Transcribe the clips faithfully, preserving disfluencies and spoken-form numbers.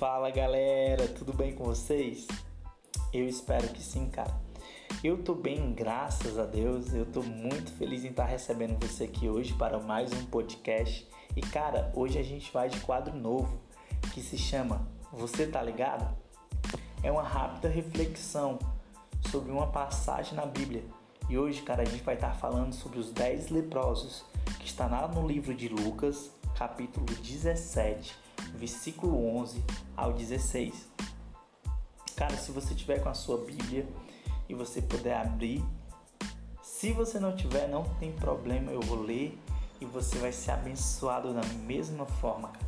Fala galera, tudo bem com vocês? Eu espero que sim, cara. Eu tô bem, graças a Deus. Eu tô muito feliz em estar recebendo você aqui hoje para mais um podcast. E cara, hoje a gente vai de quadro novo que se chama Você Tá Ligado? É uma rápida reflexão sobre uma passagem na Bíblia. E hoje, cara, a gente vai estar falando sobre os dez leprosos, que está lá no livro de Lucas, capítulo dezessete, versículo onze ao dezesseis. Cara, se você tiver com a sua Bíblia e você puder abrir, se você não tiver, não tem problema, eu vou ler e você vai ser abençoado da mesma forma, cara.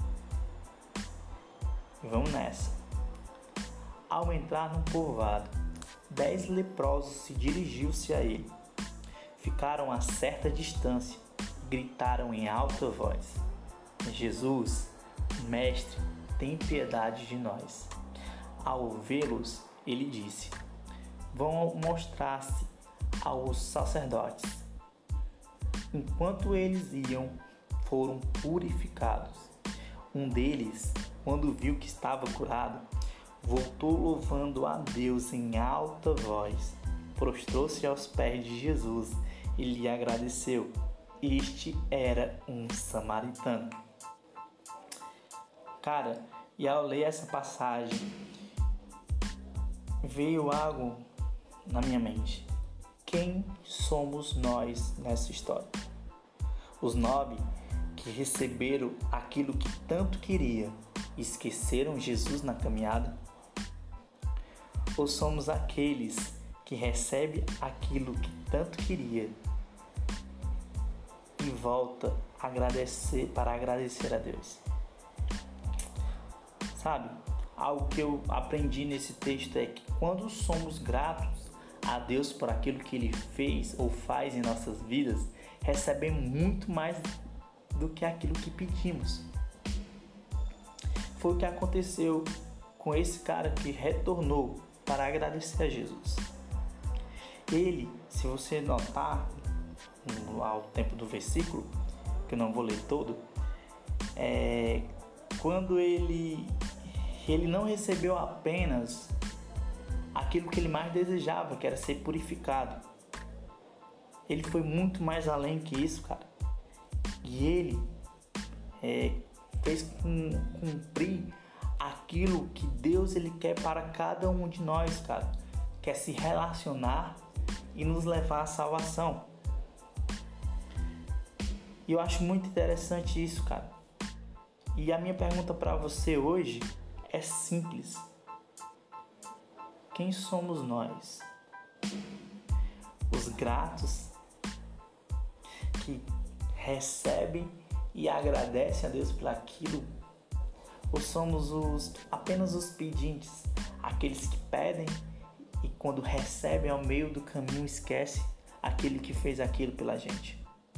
E vamos nessa. Ao entrar no povoado, dez leprosos se dirigiu-se a ele. Ficaram a certa distância e gritaram em alta voz: Jesus, Mestre, tem piedade de nós. Ao vê-los, ele disse: vão mostrar-se aos sacerdotes. Enquanto eles iam, foram purificados. Um deles, quando viu que estava curado, voltou louvando a Deus em alta voz. Prostrou-se aos pés de Jesus e lhe agradeceu. Este era um samaritano. Cara, e ao ler essa passagem, veio algo na minha mente. Quem somos nós nessa história? Os nove que receberam aquilo que tanto queria, esqueceram Jesus na caminhada? Ou somos aqueles que recebem aquilo que tanto queria e volta a agradecer, para agradecer a Deus? Sabe, algo que eu aprendi nesse texto é que quando somos gratos a Deus por aquilo que Ele fez ou faz em nossas vidas, recebemos muito mais do que aquilo que pedimos. Foi o que aconteceu com esse cara que retornou para agradecer a Jesus. Ele, se você notar ao tempo do versículo, que eu não vou ler todo, é, quando ele, ele não recebeu apenas aquilo que ele mais desejava, que era ser purificado. Ele foi muito mais além que isso, cara. E ele é, fez cumprir aquilo que Deus ele quer para cada um de nós, cara. Quer se relacionar e nos levar à salvação. E eu acho muito interessante isso, cara. E a minha pergunta para você hoje é simples. Quem somos nós? Os gratos que recebem e agradecem a Deus por aquilo? Ou somos os, apenas os pedintes, aqueles que pedem e quando recebem ao meio do caminho esquece aquele que fez aquilo pela gente?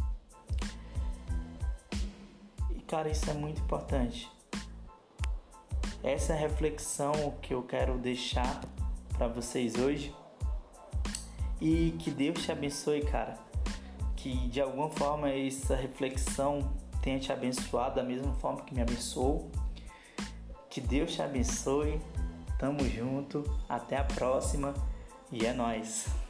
E cara, isso é muito importante. Essa é a reflexão que eu quero deixar para vocês hoje. E que Deus te abençoe, cara. Que de alguma forma essa reflexão tenha te abençoado da mesma forma que me abençoou. Que Deus te abençoe. Tamo junto. Até a próxima. E é nóis.